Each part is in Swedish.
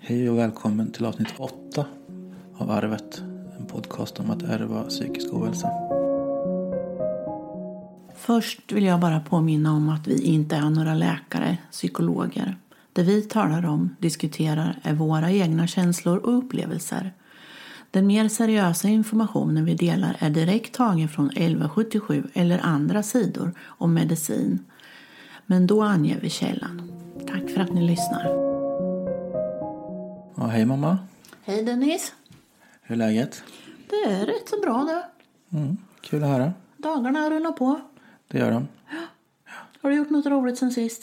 Hej och välkommen till avsnitt 8 av Arvet. En podcast om att ärva psykisk ohälsa. Först vill jag bara påminna om att vi inte är några läkare, psykologer. Det vi talar om, diskuterar, är våra egna känslor och upplevelser. Den mer seriösa informationen vi delar är direkt tagen från 1177 eller andra sidor om medicin. Men då anger vi källan. Tack för att ni lyssnar. Ja, hej mamma. Hej Dennis. Hur är läget? Det är rätt så bra nu. Kul att höra. Dagarna rullar på. Det gör de. Har du gjort något roligt sen sist?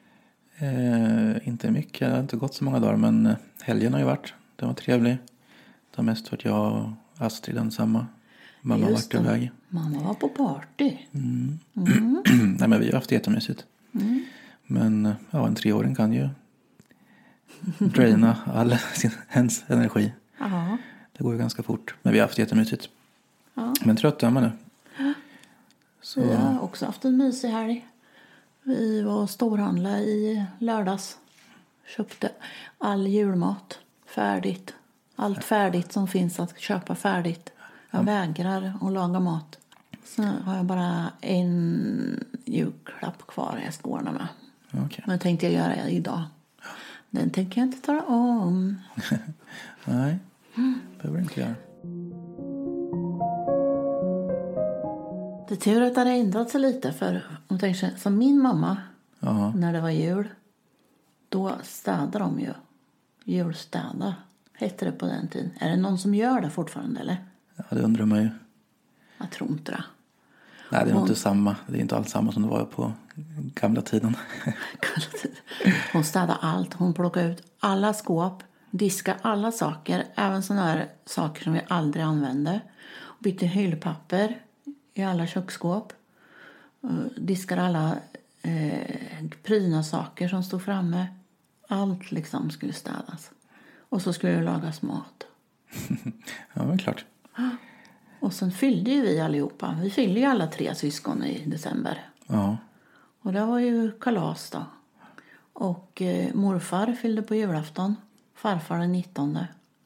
Inte mycket. Det har inte gått så många dagar. Men helgen har ju varit. Den var trevlig. Det har mest varit jag och Astrid ensamma. Mamma har varit iväg. Mamma var på party. Nej, men vi har haft jättemysigt. Men ja, en 3-åring kan ju draina all hens energi. Ja. Det går ju ganska fort. Men vi har haft jättemysigt. Ja. Men trött är man nu. Så. Vi har också haft en mysig helg. Vi var storhandla i lördags. Köpte all julmat färdigt. Allt färdigt som finns att köpa färdigt. Jag vägrar att laga mat. Så har jag bara en julklapp kvar jag ska ordna med. Okay. Men tänkte jag göra idag. Den tänker jag inte ta om. Nej, behöver inte göra. Det är tur att det har ändrat sig lite. För om tänker sig, som min mamma, när det var jul, då städade de ju. Julstäda hette det på den tiden. Är det någon som gör det fortfarande eller? Ja, det undrar man ju. Jag tror inte det. Nej, det är inte samma. Det är inte alls samma som det var på gamla tiden. Hon städade allt. Hon plockade ut alla skåp. Diskade alla saker. Även sådana här saker som vi aldrig använde. Bytte hyllpapper i alla köksskåp. Diskade alla prydnadssaker som stod framme. Allt liksom skulle städas. Och så skulle det lagas mat. Ja, men klart. Och sen fyllde ju vi allihopa. Vi fyllde ju alla 3 syskon i december. Ja. Och det var ju kalas då. Och morfar fyllde på julafton. Farfar den 19.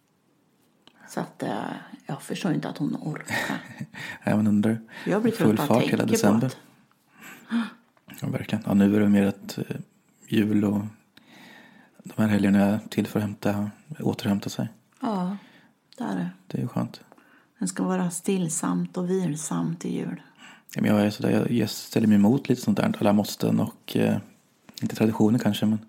Så att jag förstår inte att hon orkar. Även under jag blir full fart hela december. Ja, verkligen. Ja, nu är det mer ett jul och de här helgerna är till för att återhämta sig. Ja, det är det. Det är ju skönt. Den ska vara stillsamt och vilsamt i jul. Ja, men jag är sådär, jag ställer mig emot lite sånt där. Alla måsten och inte traditioner kanske, men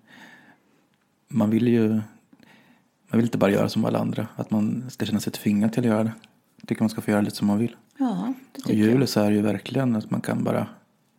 man vill inte bara göra som alla andra. Att man ska känna sig tvingad till att göra det. Jag tycker man ska få göra lite som man vill. Ja, det tycker och jul så är det ju verkligen att man kan bara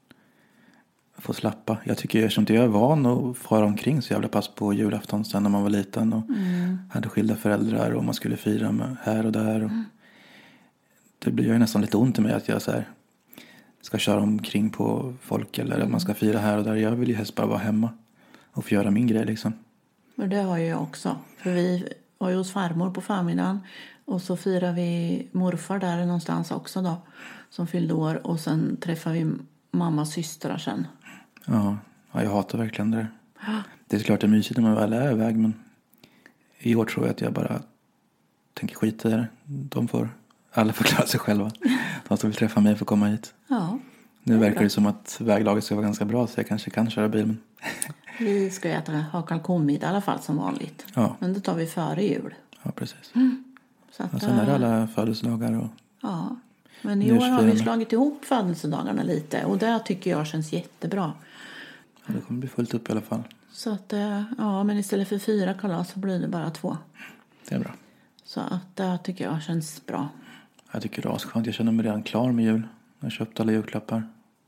få slappa. Jag tycker eftersom jag är van att fara omkring så jävla pass på julafton sen när man var liten och hade skilda föräldrar och man skulle fira med här och där. Och det blir ju nästan lite ont i mig att jag så här ska köra omkring på folk eller att man ska fira här och där. Jag vill ju helst bara vara hemma och få göra min grej liksom. Men det har jag också. För vi var ju hos farmor på förmiddagen. Och så firar vi morfar där någonstans också då. Som fyllde år. Och sen träffar vi mammas systrar sen. Ja, jag hatar verkligen det där. Det är såklart det är mysigt när man väl är iväg. Men i år tror jag att jag bara tänker skita i det. Alla får klara sig själva. De som vill träffa mig får komma hit. Ja. Nu verkar det som att väglaget ska vara ganska bra. Så jag kanske kan köra bilen. Vi ska ha kalkonmiddag i alla fall som vanligt. Ja. Men det tar vi före jul. Ja, precis. Så att, och sen är det alla födelsedagar och... Ja, men i år har vi slagit ihop födelsedagarna lite. Och det tycker jag känns jättebra. Ja, det kommer bli fullt upp i alla fall. Så att, ja, men istället för 4 kalas så blir det bara 2. Det är bra. Så att det tycker jag känns bra. Jag tycker det är skönt. Jag känner mig redan klar med jul. Jag har köpt alla julklappar.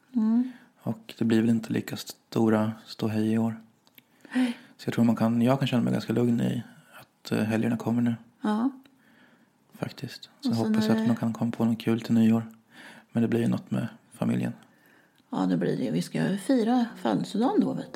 Och det blir väl inte lika stora ståhej i år. Så jag tror jag kan känna mig ganska lugn i att helgerna kommer nu. Ja. Faktiskt. Så hoppas jag att man kan komma på något kul till nyår. Men det blir ju något med familjen. Ja, det blir det. Vi ska ju fira födelsedagen då, vet du.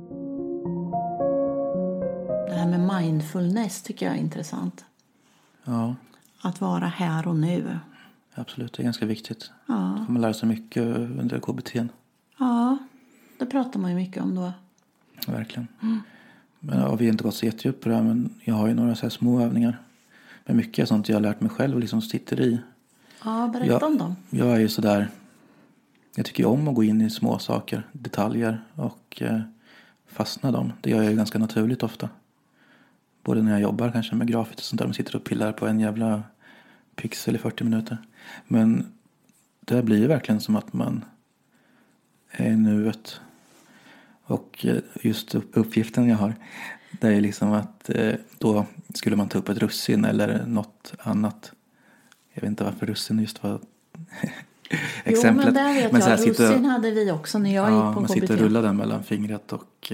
Det här med mindfulness tycker jag är intressant. Ja. Att vara här och nu. Absolut, det är ganska viktigt. Ja. Då får man lära sig mycket under KBT. Ja, det pratar man ju mycket om då. Ja, verkligen. Men vi har inte gått så jättedjupt på det här, men jag har ju några så här små övningar. Men mycket är sånt jag har lärt mig själv och liksom sitter i. Ja, berätta om dem. Jag är ju sådär, jag tycker om att gå in i små saker, detaljer och fastna dem. Det gör jag ju ganska naturligt ofta. Både när jag jobbar kanske med grafiskt och sånt där. Man sitter och pillar på en jävla pixel i 40 minuter. Men det blir ju verkligen som att man är i nuet. Och just uppgiften jag har, det är liksom att då skulle man ta upp ett russin eller något annat. Jag vet inte varför russin just var exemplet. Jo, men där vet jag. Russin hade vi också när jag gick på man KBT. sitter och rullar den mellan fingret och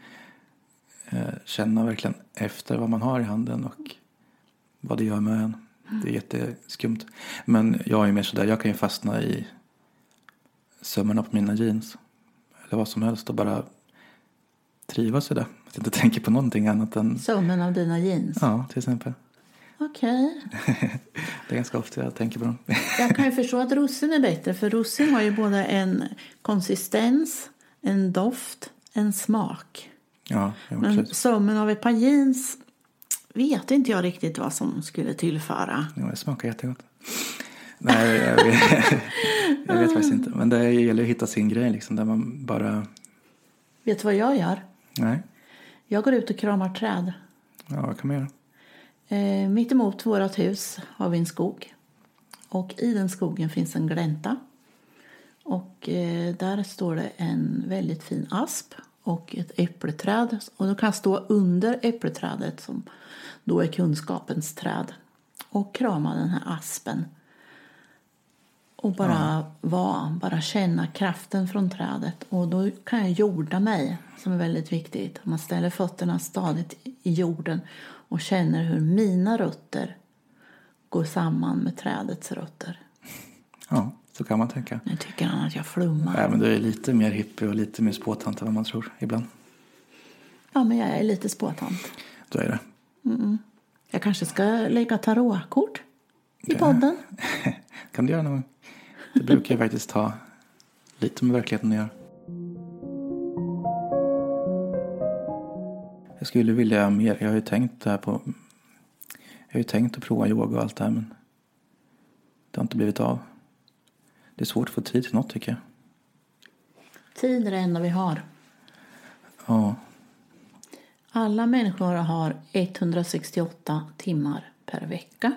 känna verkligen efter vad man har i handen och vad det gör med en. Det är jätteskumt. Men jag är mer sådär, jag kan ju fastna i sömmarna på mina jeans. Eller vad som helst och bara trivas i det. Att jag inte tänker på någonting annat än... Sömmen av dina jeans? Ja, till exempel. Okej. Det är ganska ofta jag tänker på dem. Jag kan ju förstå att russin är bättre. För russin har ju både en konsistens, en doft, en smak. Ja, men sömmen av ett par jeans vet inte jag riktigt vad som skulle tillföra. Ja, det smakar jättegott. Nej, jag vet faktiskt inte. Men det gäller att hitta sin grej liksom, där man bara... Vet du vad jag gör? Nej. Jag går ut och kramar träd. Ja, vad kan man göra? Mitt emot vårt hus har vi en skog. Och i den skogen finns en glänta. Och där står det en väldigt fin asp och ett äppleträd. Och då kan jag stå under äppleträdet som då är kunskapens träd. Och krama den här aspen. Och bara känna kraften från trädet. Och då kan jag jorda mig, som är väldigt viktigt. Man ställer fötterna stadigt i jorden och känner hur mina rötter går samman med trädets rötter. Ja, så kan man tänka. Nu tycker han att jag flummar. Nej, men du är lite mer hippie och lite mer spåtant än vad man tror ibland. Ja, men jag är lite spåtant. Du är det. Jag kanske ska lägga tarotkort i podden. Kan du göra någon gång? Det brukar ju faktiskt ha lite med verkligheten att göra. Jag skulle vilja mer. Jag har ju tänkt här på... Jag har ju tänkt att prova yoga och allt det här, men det har inte blivit av. Det är svårt att få tid till något, tycker jag. Tid är det enda vi har. Ja. Alla människor har 168 timmar per vecka.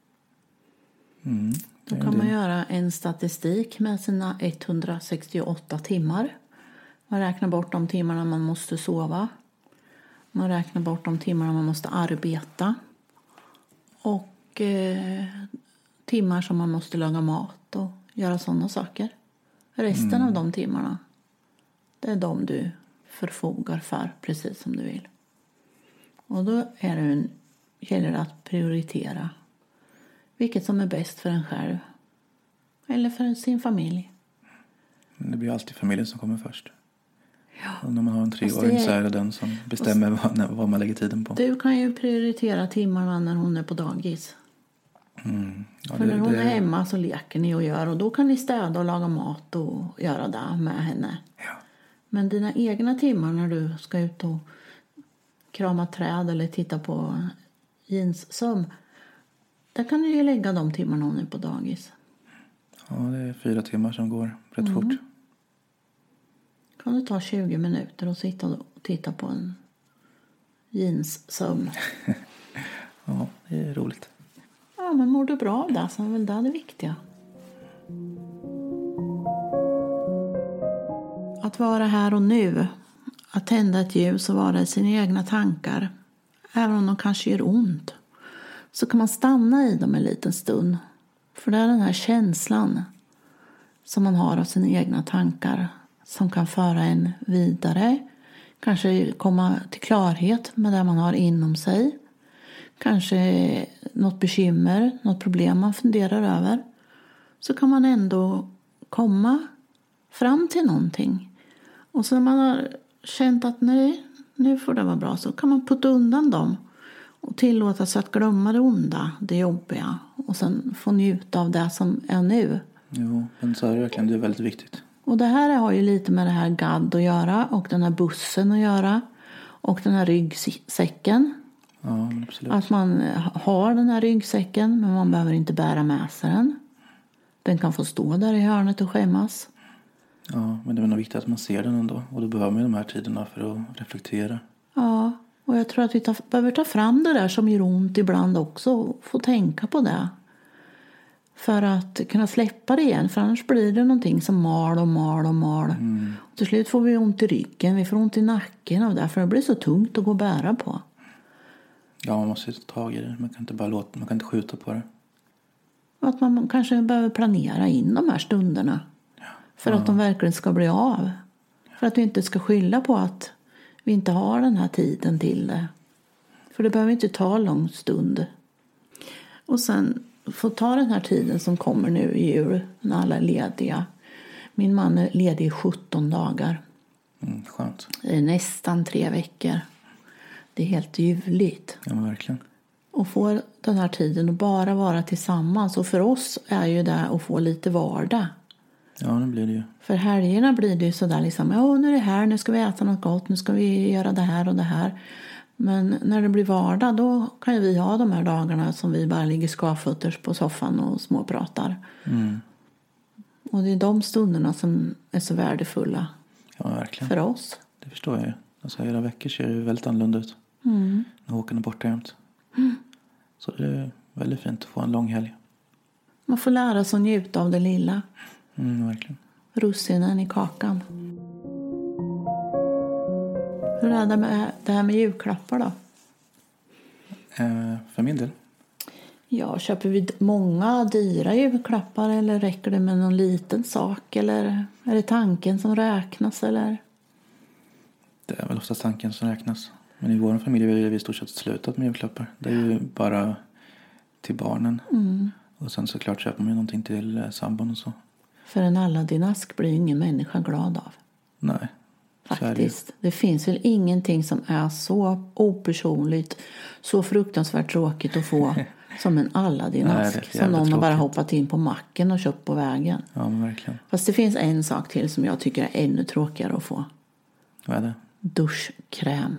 Då kan man göra en statistik med sina 168 timmar. Man räknar bort de timmarna man måste sova. Man räknar bort de timmarna man måste arbeta. Och timmar som man måste laga mat och göra sådana saker. Resten av de timmarna, det är de du förfogar för precis som du vill. Och då gäller det att prioritera vilket som är bäst för en själv. Eller för sin familj. Men det blir alltid familjen som kommer först. Ja. Och när man har en 3-åring så är det den som bestämmer vad man lägger tiden på. Du kan ju prioritera timmarna när hon är på dagis. Ja, för när hon är hemma så leker ni och gör. Och då kan ni städa och laga mat och göra det med henne. Ja. Men dina egna timmar när du ska ut och krama träd eller titta på jeanssöm. Där kan du ju lägga de timmarna hon är på dagis. Ja, det är 4 timmar som går rätt fort. Kan du ta 20 minuter och sitta och titta på en jeanssöm. Ja, det är roligt. Ja, men mår du bra av det så är väl det viktiga. Att vara här och nu. Att tända ett ljus och vara i sina egna tankar. Även om de kanske gör ont. Så kan man stanna i dem en liten stund. För det är den här känslan som man har av sina egna tankar. Som kan föra en vidare. Kanske komma till klarhet med det man har inom sig. Kanske något bekymmer, något problem man funderar över. Så kan man ändå komma fram till någonting. Och så när man har känt att nej, nu får det vara bra. Så kan man putta undan dem. Och tillåta sig att glömma det onda, det jobbiga. Och sen få njuta av det som är nu. Jo, men så är det verkligen, det är väldigt viktigt. Och det här har ju lite med det här GAD att göra och den här bussen att göra. Och den här ryggsäcken. Ja, absolut. Att man har den här ryggsäcken, men man behöver inte bära med sig den. Den kan få stå där i hörnet och skämmas. Ja, men det är nog viktigt att man ser den ändå. Och då behöver man de här tiderna för att reflektera. Ja, och jag tror att vi behöver ta fram det där som gör ont ibland också. Och få tänka på det. För att kunna släppa det igen. För annars blir det någonting som mal. Och till slut får vi ont i ryggen. Vi får ont i nacken av det. För det blir så tungt att gå och bära på. Ja, man måste ta tag i det. Man kan inte bara man kan inte skjuta på det. Att man kanske behöver planera in de här stunderna. För att de verkligen ska bli av. För att vi inte ska skylla på att vi inte har den här tiden till det. För det behöver inte ta lång stund. Och sen få ta den här tiden som kommer nu i jul. När alla är lediga. Min man är ledig i 17 dagar. Skönt. Det är nästan 3 veckor. Det är helt ljuvligt. Ja, men verkligen. Och få den här tiden att bara vara tillsammans. Och för oss är ju det att få lite vardag. Ja, det blir det ju. För helgerna blir det ju sådär liksom. Ja, nu är det här, nu ska vi äta något gott. Nu ska vi göra det här och det här. Men när det blir vardag, då kan ju vi ha de här dagarna som vi bara ligger skavfötters på soffan och småpratar. Och det är de stunderna som är så värdefulla. Ja, verkligen. För oss. Det förstår jag ju. Alltså, hela veckor ser det väldigt annorlunda ut. När Håkan är borta jämt. Så det är väldigt fint att få en lång helg. Man får lära sig att njuta av det lilla. Verkligen. Russinen i kakan. Hur är det här med julklappar då? För min del? Ja, köper vi många dyra julklappar eller räcker det med någon liten sak? Eller är det tanken som räknas? Eller? Det är väl oftast tanken som räknas. Men i vår familj har vi i stort sett slutat med julklappar. Det är ju bara till barnen. Och sen såklart köper man någonting till sambon och så. För en Aladdin-ask blir ingen människa glad av. Nej. Faktiskt. Det finns väl ingenting som är så opersonligt, så fruktansvärt tråkigt att få som en Aladdin-ask. Som någon har bara hoppat in på macken och köpt på vägen. Ja, men verkligen. Fast det finns en sak till som jag tycker är ännu tråkigare att få. Vad är det? Duschkräm.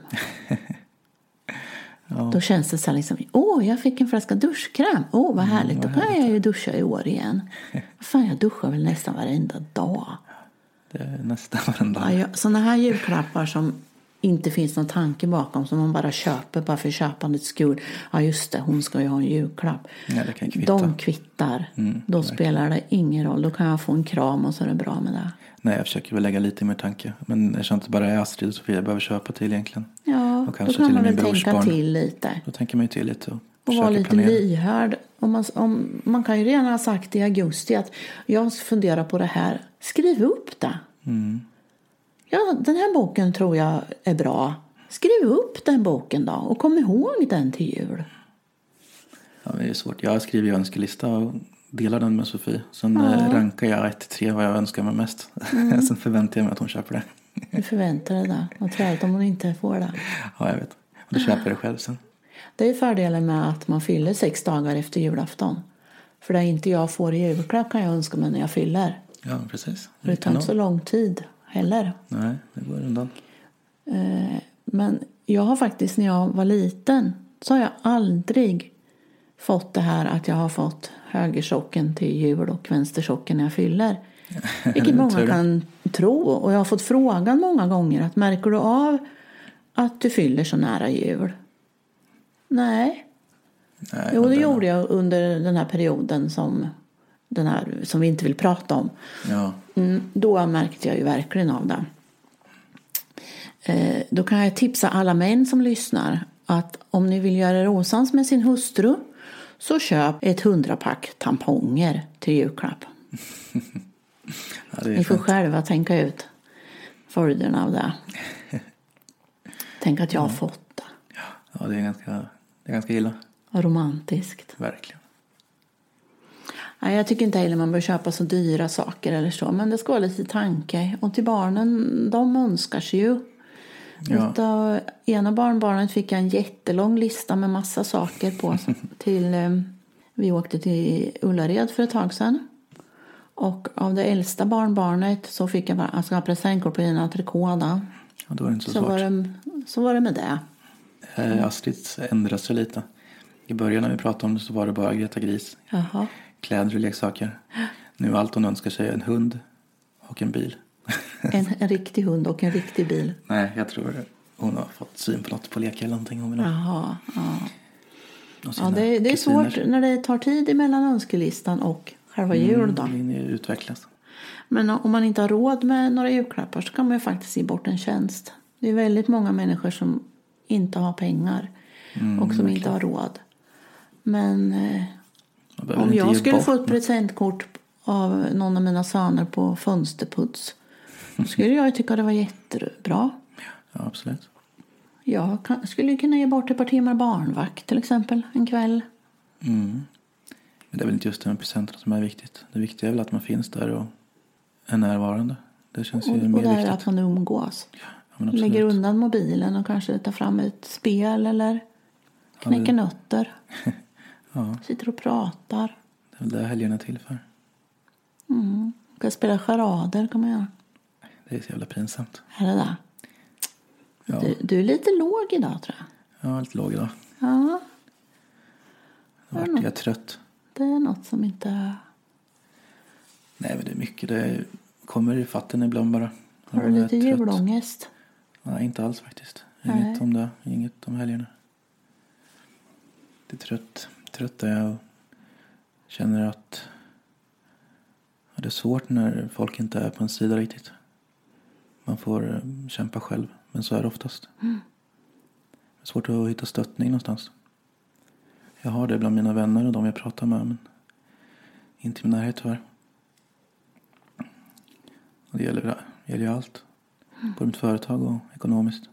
Ja. Då känns det så här liksom, jag fick en flaska duschkräm. Vad härligt, då kan jag ju duscha i år igen. Fan, jag duschar väl nästan varenda dag. Det är nästan varenda dag. Ja, sådana här julklappar som inte finns någon tanke bakom, som man bara köper bara för köpandets skull. Ja, just det, hon ska ju ha en julklapp. Ja, det kan kvitta. De kvittar. Då spelar det ingen roll. Då kan jag få en kram och så är det bra med det. Nej, jag försöker väl lägga lite mer tanke. Men jag känner inte bara Astrid och Sofia jag behöver köpa till egentligen. Ja, och då kanske kan till man min väl tänka brorsbarn. till lite. Då tänker man ju till lite och vara lite planera. lyhörd. Man kan ju redan ha sagt i augusti att jag funderar på det här. Skriv upp det. Ja, den här boken tror jag är bra. Skriv upp den boken då. Och kom ihåg den till jul. Ja, det är svårt. Jag skriver ju önskelista och delar den med Sofie. Sen rankar jag 1-3 vad jag önskar mig mest. Sen förväntar jag mig att hon köper det. Du förväntar dig det. Och träligt om hon inte får det. Ja, jag vet. Och då köper jag det själv sen. Det är fördelen med att man fyller 6 dagar efter julafton. För det inte jag får i julklapp kan jag önska mig när jag fyller. Ja, precis. Det tar inte så lång tid heller. Nej, det går undan. Men jag har faktiskt, när jag var liten, så har jag aldrig fått det här att jag har fått högersocken till jul och vänstersocken när jag fyller. Vilket många kan tro. Och jag har fått frågan många gånger att märker du av att du fyller så nära jul? Nej. Jo, det gjorde jag under den här perioden som vi inte vill prata om. Ja. Då märkte jag ju verkligen av det. Då kan jag tipsa alla män som lyssnar att om ni vill göra er osams med sin hustru, så köp ett 100-pack tamponger till julklapp. Ja, ni får själva tänka ut följderna av det. Tänk att jag har fått det. Ja, det är ganska illa. Romantiskt. Verkligen. Nej, jag tycker inte heller man bör köpa så dyra saker eller så. Men det ska vara lite tanke. Och till barnen, de önskar sig ju. Ja. Utav ena barnbarnet fick jag en jättelång lista med massa saker på. Vi åkte till Ullared för ett tag sedan. Och av det äldsta barnbarnet så fick jag bara, jag ska ha presentkort på dina trikåda. Och då är det inte så svårt. Så var det med det. Astrids ändras sig lite. I början när vi pratade om det så var det bara Greta Gris. Jaha. Kläder och leksaker. Nu allt hon önskar sig är en hund och en bil. En riktig hund och en riktig bil. Nej, jag tror hon har fått syn på något på leka eller någonting. Hon vill ha. Jaha, ja. Det är svårt när det tar tid emellan önskelistan och själva jul då. Det utvecklas. Men om man inte har råd med några julklappar så kan man ju faktiskt ge bort en tjänst. Det är väldigt många människor som inte har pengar och som inte har råd. Men om jag skulle få ett presentkort av någon av mina söner på fönsterputs så skulle jag tycka det var jättebra. Ja, absolut. Jag skulle kunna ge bort ett par timmar barnvakt till exempel en kväll. Men det är väl inte just de presenterna som är viktigt. Det viktiga är väl att man finns där och är närvarande. Det känns ju mer viktigt. Och det är att man umgås. Ja, lägger undan mobilen och kanske tar fram ett spel eller knäcker nötter. Ja. Sitter och pratar. Det är väl det helgerna är till för. Kan spela charader kan man göra. Det är så jävla pinsamt. Är det där? Ja. Du är lite låg idag tror jag. Jag är lite låg idag. Ja. Då vart jag trött. Det är något som inte... Nej, men det är mycket. Det kommer i fatten ibland bara. Har du lite julångest? Nej, inte alls faktiskt. Inget om det. Inget om helgerna. Det är trött är jag och känner att det är svårt när folk inte är på en sida riktigt. Man får kämpa själv, men så är det oftast. Det är svårt att hitta stöttning någonstans. Jag har det bland mina vänner och de jag pratar med, men inte i min närhet tyvärr. Och det gäller ju allt. Både mitt företag och ekonomiskt.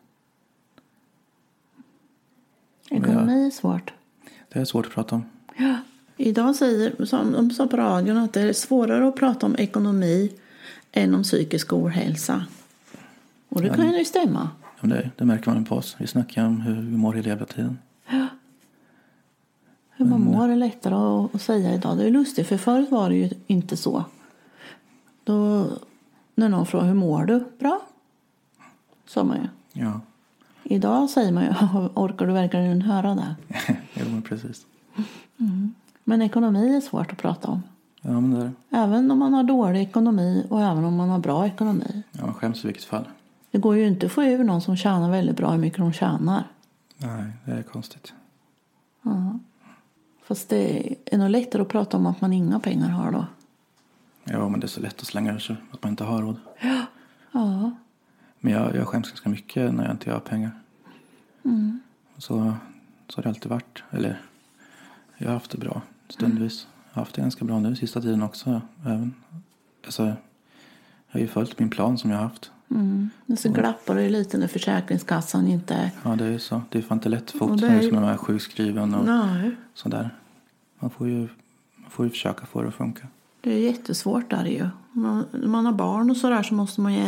Ekonomi är svårt. Det är svårt att prata om. Ja. Idag som de sa på radion att det är svårare att prata om ekonomi än om psykisk ohälsa. Och det kan ju stämma. Ja, det märker man på oss. Vi snackar om hur vi mår hela tiden. Ja. Hur man mår är lättare att säga idag. Det är lustigt, för förut var det ju inte så. Då, när någon frågar hur mår du? Bra, sa man ju. Ja. Idag säger man ju, orkar du verkligen höra det? Jo, men precis. Men ekonomi är svårt att prata om. Ja, men det är. Även om man har dålig ekonomi och även om man har bra ekonomi. Ja, man skäms i vilket fall. Det går ju inte att få ur någon som tjänar väldigt bra hur mycket de tjänar. Nej, det är konstigt. Ja. Fast det är nog lättare att prata om att man inga pengar har då. Ja, men det är så lätt att slänga ur sig att man inte har råd. Ja. Men jag skäms ganska mycket när jag inte har pengar. Så har det alltid varit. Eller, jag har haft det bra stundvis. Jag har haft det ganska bra nu sista tiden också. Även. Alltså, jag har ju följt min plan som jag har haft. Men så glappar det lite när Försäkringskassan inte... Ja, det är ju så. Det är fan inte lätt fot när man är sjukskriven och sådär. Man får ju försöka få det att funka. Det är jättesvårt där ju. När man har barn och sådär så måste man ju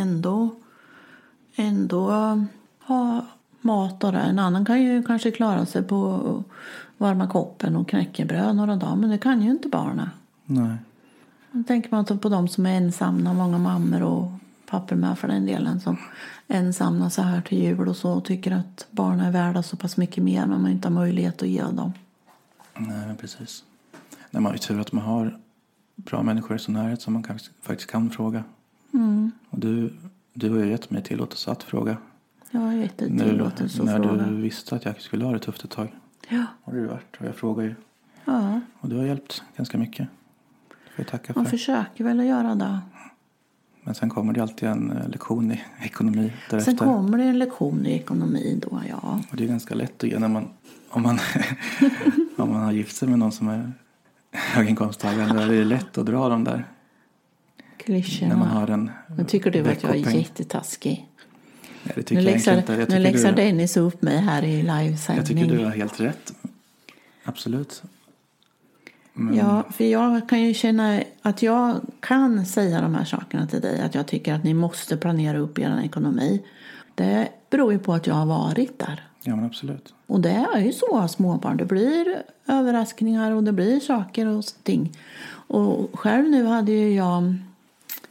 ändå ha mat och det. En annan kan ju kanske klara sig på varma koppen och knäckebröd några dagar. Men det kan ju inte barnen. Nej. Då tänker man på de som är ensamma, många mammor och papper med för den delen, som ensamma så här till jul och så, och tycker att barnen är värda så pass mycket mer men man inte har möjlighet att ge dem. Nej, men precis. Nej, man har ju tur att man har bra människor i sån närhet som man faktiskt kan fråga. Och du har ju gett mig tillåtelse att fråga. Jag har gett dig tillåtelse att fråga. När du visste att jag skulle ha det tufft ett tag. Ja. Har du varit, och jag frågar ju. Ja. Och du har hjälpt ganska mycket. Det får jag tacka för. Man försöker väl att göra det. Men sen kommer det alltid en lektion i ekonomi därefter. Sen kommer det en lektion i ekonomi då, ja. Och det är ganska lätt att ge när om man har gift sig med någon som är höginkomsttagare. Då är det lätt att dra dem där. Klyschorna. När man har en... Men tycker du att jag är jättetaskig? Nej, det tycker jag inte. Nu läxar Dennis upp mig här i livesändning. Jag tycker du har helt rätt. Absolut. Men... Ja, för jag kan ju känna att jag kan säga de här sakerna till dig. Att jag tycker att ni måste planera upp er ekonomi. Det beror ju på att jag har varit där. Ja, men absolut. Och det är ju så, småbarn. Det blir överraskningar och det blir saker och ting. Och själv nu hade ju jag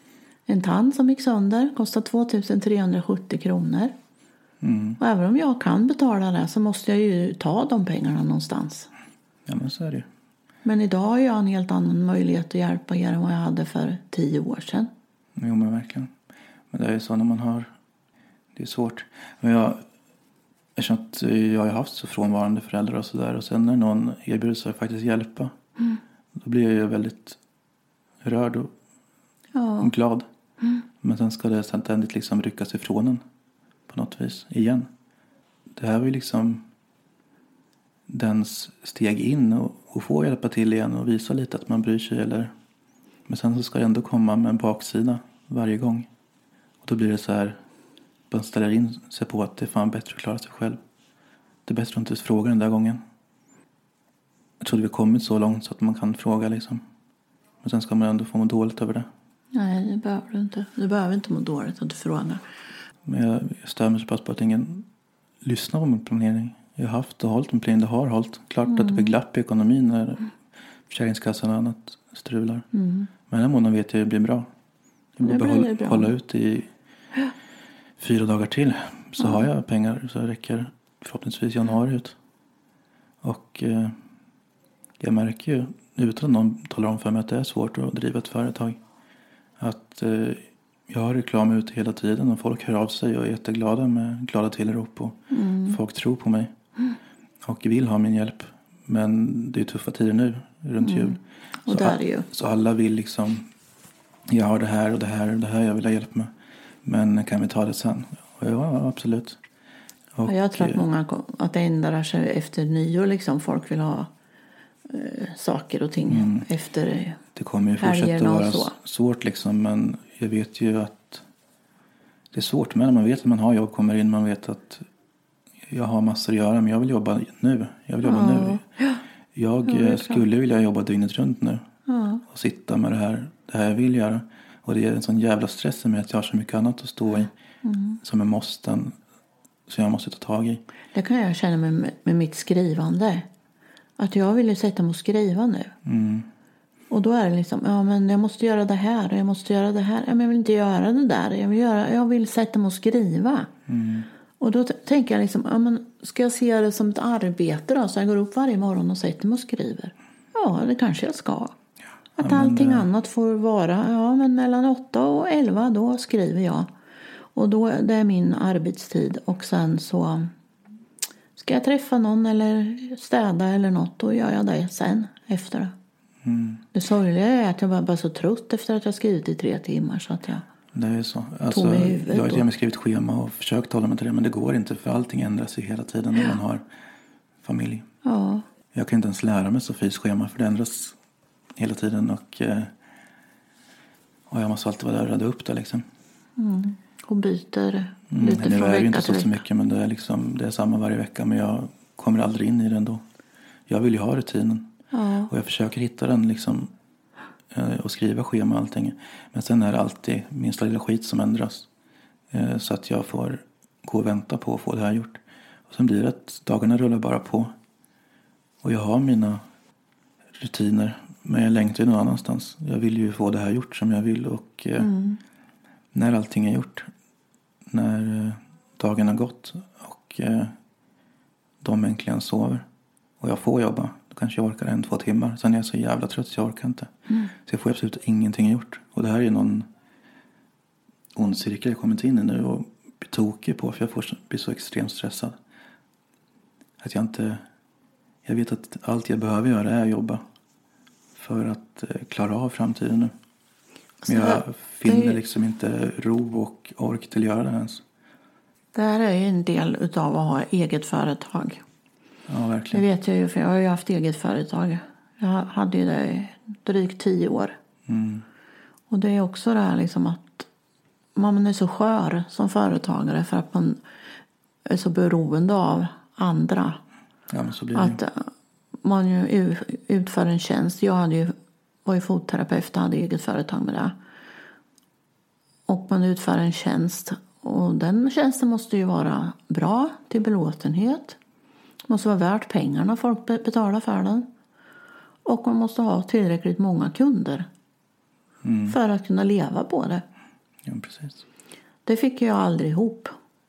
En tand som gick sönder kostar 2370 kronor. Och även om jag kan betala det så måste jag ju ta de pengarna någonstans. Ja, men så är det ju. Men idag har jag en helt annan möjlighet att hjälpa er än vad jag hade för 10 år sedan. Jo, men verkligen. Men det är ju så när man har... Det är svårt. Men eftersom att jag har haft så frånvarande föräldrar och sådär. Och sen när någon erbjuder sig att faktiskt hjälpa. Då blir jag ju väldigt rörd och glad. Men sen ska det ständigt liksom ryckas ifrån en. På något vis. Igen. Det här var ju liksom... dens steg in och få hjälpa till igen. Och visa lite att man bryr sig. Eller... Men sen så ska det ändå komma med en baksida varje gång. Och då blir det så här... Man ställer in sig på att det är fan bättre att klara sig själv. Det är bättre att inte fråga den där gången. Jag trodde vi kommit så långt så att man kan fråga liksom. Men sen ska man ändå få må dåligt över det. Nej, det behöver du inte. Du behöver inte må dåligt att du frågar. Men jag stör mig så pass på att ingen lyssnar på min planering. Jag har haft och hållit min planering. Det har hållit. Klart att det blir glapp i ekonomin när Försäkringskassan och annat strular. Men den här månaden vet jag att det blir bra. Jag behöver hålla ut i 4 dagar till. Så har jag pengar så räcker förhoppningsvis januari ut. Och jag märker ju utan att någon talar om för mig att det är svårt att driva ett företag. Att jag har reklam ute hela tiden och folk hör av sig och är jätteglada med glada tillrop och folk tror på mig. Och vill ha min hjälp. Men det är tuffa tider nu runt jul. Och så, är ju. Så alla vill liksom, jag har det här och det här och det här jag vill ha hjälp med. Men kan vi ta det sen? Ja, absolut. Och jag tror att många att det ändrar sig efter nyår liksom. Folk vill ha saker och ting efter. Det kommer ju fortsätta vara svårt liksom. Men jag vet ju att det är svårt. Men man vet att man har jobb, kommer in. Man vet att jag har massor att göra. Men jag vill jobba nu. Nu. Jag skulle vilja jobba dygnet runt nu. Och sitta med det här jag vill göra. Och det är en sån jävla stress med att jag har så mycket annat att stå i. Som är måsten. Så jag måste ta tag i. Det kan jag känna med mitt skrivande. Att jag vill ju sätta mig och skriva nu. Och då är det liksom, men jag måste göra det här och jag måste göra det här. Men jag vill inte göra det där. Jag vill sätta mig och skriva. Och då tänker jag liksom, men ska jag se det som ett arbete då? Så jag går upp varje morgon och sätter mig och skriver. Ja, det kanske jag ska. Att allting annat får vara, men mellan 8 och 11 då skriver jag. Och då det är min arbetstid. Och sen så ska jag träffa någon eller städa eller något. Då gör jag det sen efter det. Det sorgliga är att jag var bara så trött efter att jag skrivit i 3 timmar. Så att jag det är så. Alltså, jag har till och med skrivit schema och försökt hålla mig till det. Men det går inte för allting ändras sig hela tiden när man har familj. Ja. Jag kan inte ens lära mig Sofies schema för det ändras hela tiden. Och jag måste alltid vara där och rädda upp det liksom. Och byter lite från vecka till vecka. Det är ju inte så mycket men det är samma varje vecka. Men jag kommer aldrig in i det ändå. Jag vill ju ha rutinen. Ja. Och jag försöker hitta den liksom. Och skriva schema och allting. Men sen är det alltid minsta lilla skit som ändras. Så att jag får gå och vänta på att få det här gjort. Och sen blir det att dagarna rullar bara på. Och jag har mina rutiner. Men jag längtar ju någon annanstans. Jag vill ju få det här gjort som jag vill. Och när allting är gjort. När dagen har gått. Och de äntligen sover. Och jag får jobba. Då kanske jag orkar 1-2 timmar. Sen är jag så jävla trött så jag orkar inte. Så jag får absolut ingenting gjort. Och det här är någon ond cirkel jag kommit in i nu. Och blir tokig på. För jag blir så extremt stressad. Att jag vet att allt jag behöver göra är att jobba. För att klara av framtiden nu. Men jag finner liksom inte ro och ork till att göra det ens. Det här är ju en del utav att ha eget företag. Ja, verkligen. Det vet jag ju, för jag har ju haft eget företag. Jag hade ju det i drygt 10 år. Och det är också det här liksom att man är så skör som företagare för att man är så beroende av andra. Ja, men så blir det. Att man ju utför en tjänst. Jag var ju fotterapeut och hade eget företag med det. Och man utför en tjänst. Och den tjänsten måste ju vara bra till belåtenhet. Måste vara värt pengarna folk betalar för den. Och man måste ha tillräckligt många kunder. För att kunna leva på det. Ja, precis. Det fick jag aldrig ihop.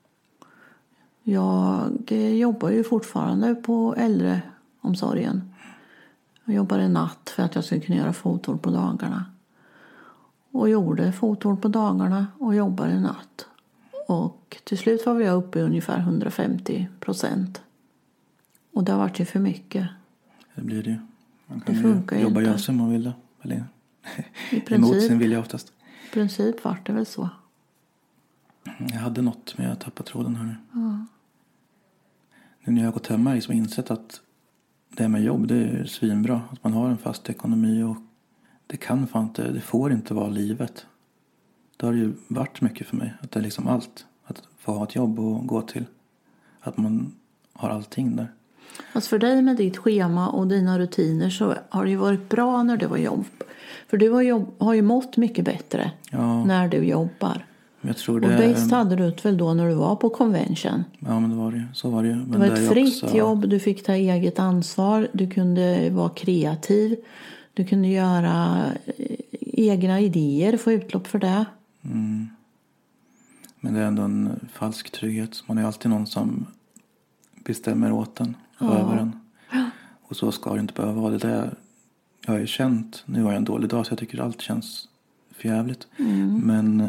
Jag jobbar ju fortfarande på äldreomsorgen. Jag jobbade natt för att jag skulle kunna göra fotvård på dagarna. Och gjorde fotvård på dagarna och jobbade natt. Och till slut var jag uppe i ungefär 150%. Och det har varit ju för mycket. Det blir det ju. Man Det funkar ju jobba inte. som man vill. Eller I emot sin vilja oftast. I princip var det väl så. Jag hade något men jag tappade tråden här nu. Ja. Nu när jag har gått hemma har jag liksom insett att det med jobb, det är svinbra. Att man har en fast ekonomi och det får inte vara livet. Det har ju varit mycket för mig. Att det är liksom allt. Att få ha ett jobb och gå till. Att man har allting där. Alltså för dig med ditt schema och dina rutiner så har det ju varit bra när det var jobb. För du har ju mått mycket bättre när du jobbar. Jag tror och bäst hade du väl då när du var på convention. Ja, men det var det. Så var det ju. Men det var ett fritt också jobb, du fick ta eget ansvar, du kunde vara kreativ, du kunde göra egna idéer, få utlopp för det. Mm. Men det är ändå en falsk trygghet. Man är alltid någon som bestämmer åt en, över en. Och så ska det inte behöva vara. Det där jag har ju känt, nu har jag en dålig dag så jag tycker allt känns för jävligt. Men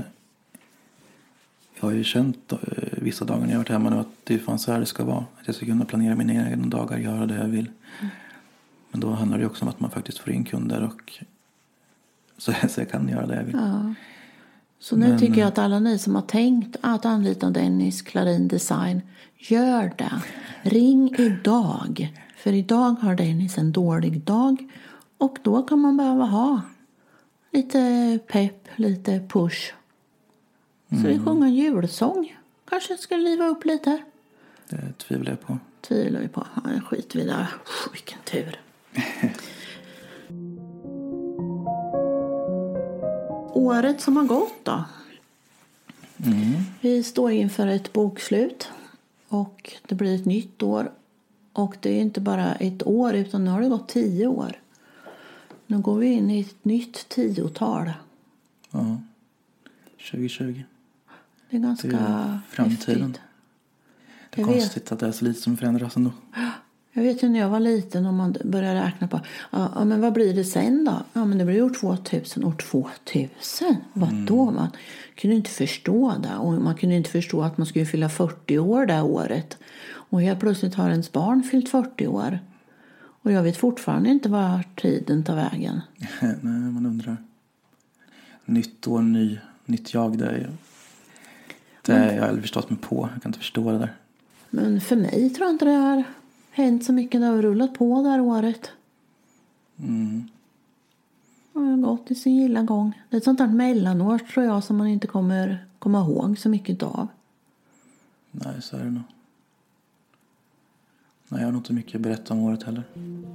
jag har ju känt vissa dagar när jag har varit hemma nu att det är fan så här det ska vara. Att jag ska kunna planera mina egna dagar, göra det jag vill. Men då handlar det också om att man faktiskt får in kunder och så jag kan göra det jag vill. Ja. Så nu tycker jag att alla ni som har tänkt att anlita Dennis Klarin Design, gör det. Ring idag. För idag har Dennis en dålig dag. Och då kan man behöva ha lite pepp, lite push. Så vi sjunger en julsång. Kanske ska liva upp lite. Det tvivlar jag på. Tvivlar vi på. Ja, skit vi där. Vilken tur. Året som har gått då. Vi står inför ett bokslut. Och det blir ett nytt år. Och det är inte bara ett år utan nu har det gått 10 år. Nu går vi in i ett nytt 10-tal. Ja. 2020. Det är ganska det är framtiden. häftigt. Det är konstigt att det är så lite som förändras ändå. Jag vet ju när jag var liten och man började räkna på. Ja, men vad blir det sen då? Ja, men det blir år 2000. År 2000? Vad då? Man kunde inte förstå det. Och man kunde inte förstå att man skulle fylla 40 år det året. Och helt plötsligt har ens barn fyllt 40 år. Och jag vet fortfarande inte var tiden tar vägen. Nej, man undrar. Nytt år, nytt jag. Det är jag aldrig förstått mig på. Jag kan inte förstå det där. Men för mig tror jag inte det har hänt så mycket. Det har rullat på det här året. Det har gått i sin gilla gång. Det är ett sånt här mellanår tror jag som man inte kommer komma ihåg så mycket av. Nej, så är det nog. Nej, jag har nog inte mycket att berätta om året heller.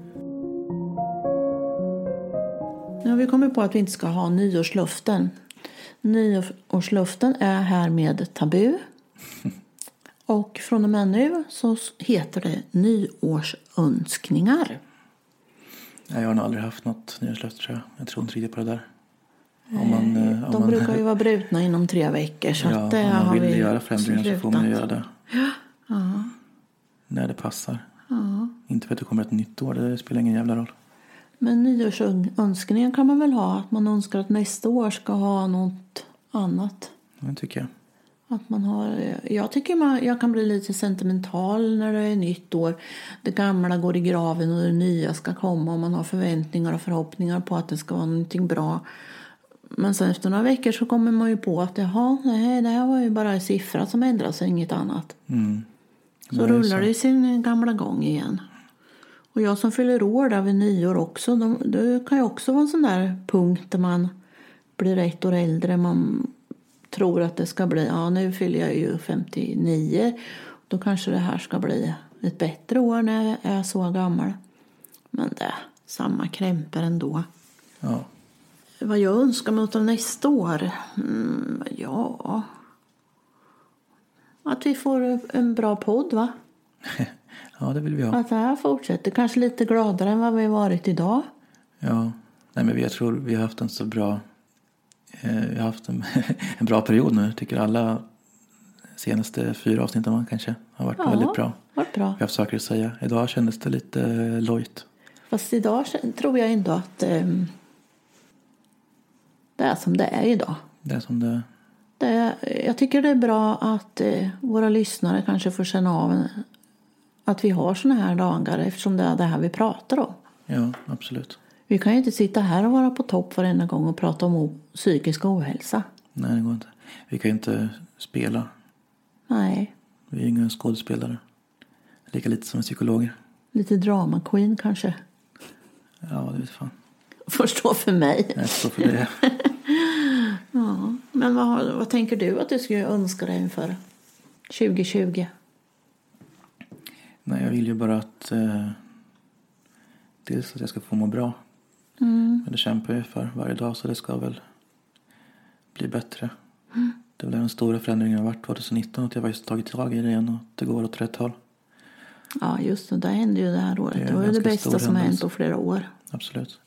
Nu har vi kommit på att vi inte ska ha nyårslöften. Nyårslöften är härmed tabu. Och från och med nu så heter det nyårsönskningar. Nej, jag har nog aldrig haft något nyårslöfte tror jag. Jag tror inte riktigt på det där. De brukar ju vara brutna inom 3 veckor. Så ja, att om man vill vi göra förändringar så får man ju göra det. Ja. När det passar. Ja. Inte för att det kommer ett nytt år, det spelar ingen jävla roll. Men nyårsönskningen kan man väl ha. Att man önskar att nästa år ska ha något annat. Det tycker jag. Att man har, jag tycker jag kan bli lite sentimental när det är nytt år. Det gamla går i graven och det nya ska komma. Och man har förväntningar och förhoppningar på att det ska vara någonting bra. Men sen efter några veckor så kommer man ju på att det här var ju bara en siffra som ändras och inget annat. Så rullar det i sin gamla gång igen. Och jag som fyller år där vid nyår också. Det kan ju också vara en sån där punkt där man blir 1 år äldre. Man tror att det ska bli, nu fyller jag ju 59. Då kanske det här ska bli ett bättre år när jag är så gammal. Men det är samma krämper ändå. Ja. Vad jag önskar mig av nästa år? Att vi får en bra podd, va? Ja, det vill vi ha. Att det här fortsätter. Kanske lite gladare än vad vi har varit idag. Ja, nej men jag tror vi har haft en så bra Jag har haft en bra period nu. Tycker alla senaste 4 avsnitten kanske har varit väldigt bra. Varit bra. Jag har haft saker att säga. Idag kändes det lite lojt. Fast idag tror jag ändå att det är som det är idag. Det är som det Jag tycker det är bra att våra lyssnare kanske får känna av att vi har såna här dagar, eftersom det är det här vi pratar om. Ja, absolut. Vi kan ju inte sitta här och vara på topp varenda gång och prata om psykisk ohälsa. Nej, det går inte. Vi kan ju inte spela. Nej. Vi är inga skådespelare. Lika lite som psykologer. Lite drama queen kanske. Ja, det vet fan. Förstå för mig. Jag står för det. Ja, men vad tänker du att du skulle önska dig inför 2020? Nej, jag vill ju bara att dels att jag ska få må bra. Men det kämpar jag för varje dag, så det ska väl bli bättre. Det var den stora förändringen har varit 2019, att jag faktiskt tagit tag i det igen och det går åt rätt håll. Ja, just det. Det hände ju det här året. Det var ju det bästa som har hänt på flera år. Absolut.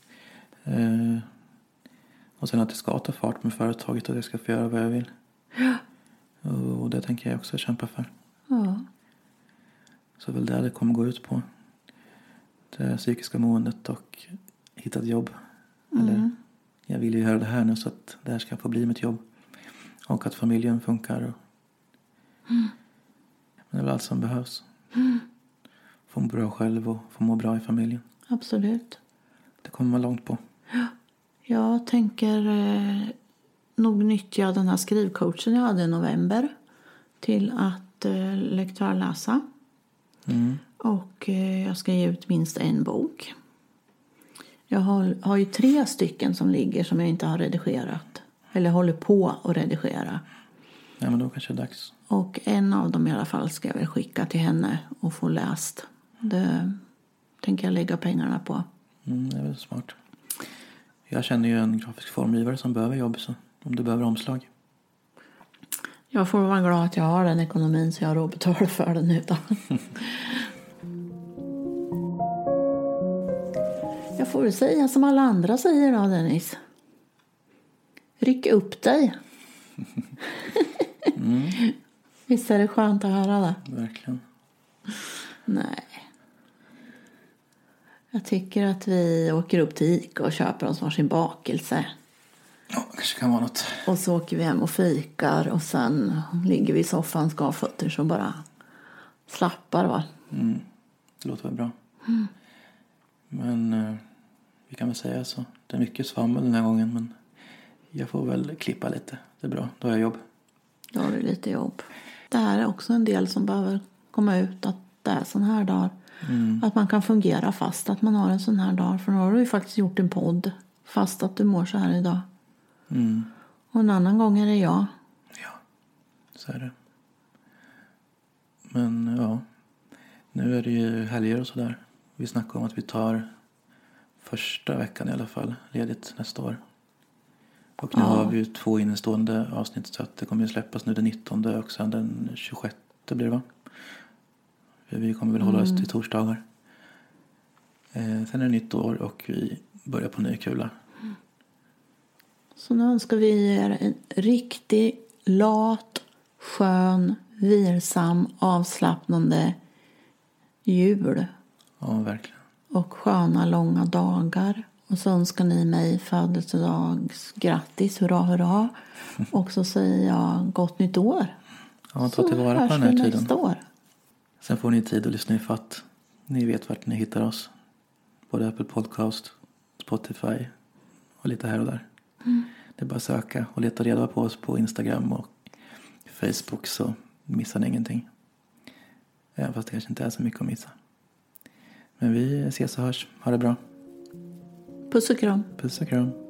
Och sen att det ska ta fart med företaget och att jag ska få göra vad jag vill. Ja. Och det tänker jag också kämpa för. Ja. Så väl det kommer gå ut på. Det psykiska måendet och hitta ett jobb. Eller jag vill ju göra det här nu så att det här ska få bli mitt jobb. Och att familjen funkar. Men det är väl allt som behövs. Få må bra själv och få må bra i familjen. Absolut. Det kommer man långt på. Ja. Jag tänker nog nyttja den här skrivcoachen jag hade i november till att lektörläsa. Och jag ska ge ut minst en bok. Jag har ju 3 stycken som ligger som jag inte har redigerat. Eller håller på att redigera. Ja, men då kanske det är dags. Och en av dem i alla fall ska jag väl skicka till henne och få läst. Det tänker jag lägga pengarna på. Det är väl smart. Jag känner ju en grafisk formgivare som behöver jobb, så om du behöver omslag. Jag får vara glad att jag har den ekonomin så jag har råd att betala för den utan. Jag får väl säga som alla andra säger då, Dennis. Ryck upp dig. Visst är det skönt att höra det? Verkligen. Nej. Jag tycker att vi åker upp till Ica och köper oss varsin bakelse. Ja, det kanske kan vara något. Och så åker vi hem och fikar och sen ligger vi i soffan skavfötter så bara slappar, va? Det låter väl bra. Men vi kan väl säga så. Det är mycket svammel den här gången, men jag får väl klippa lite. Det är bra, då har jag jobb. Då har du lite jobb. Det här är också en del som behöver komma ut, att det är sån här dag. Att man kan fungera fast att man har en sån här dag. För nu har du ju faktiskt gjort en podd fast att du mår så här idag. Och en annan gång är det jag. Ja, så är det. Men ja, nu är det ju helger och sådär. Vi snackar om att vi tar första veckan i alla fall ledigt nästa år. Och nu har vi ju 2 innestående avsnitt, så att det kommer ju släppas nu den 19 och sen den 26 blir det, va? Vi kommer väl hålla oss till torsdagar. Sen är det nytt år och vi börjar på ny kula. Så nu önskar vi er en riktig, lat, skön, vilsam, avslappnande jul. Ja, verkligen. Och sköna, långa dagar. Och så önskar ni mig födelsedagsgrattis, hurra, hurra. Och så säger jag gott nytt år. Ja, ta tillvara på den här tiden. Nästa år. Sen får ni tid att lyssna ifatt. Ni vet vart ni hittar oss. Både Apple Podcast, Spotify och lite här och där. Det är bara att söka och leta reda på oss på Instagram och Facebook, så missar ni ingenting. Även fast det kanske inte är så mycket att missa. Men vi ses och hörs. Ha det bra. Puss och kram. Puss och kram.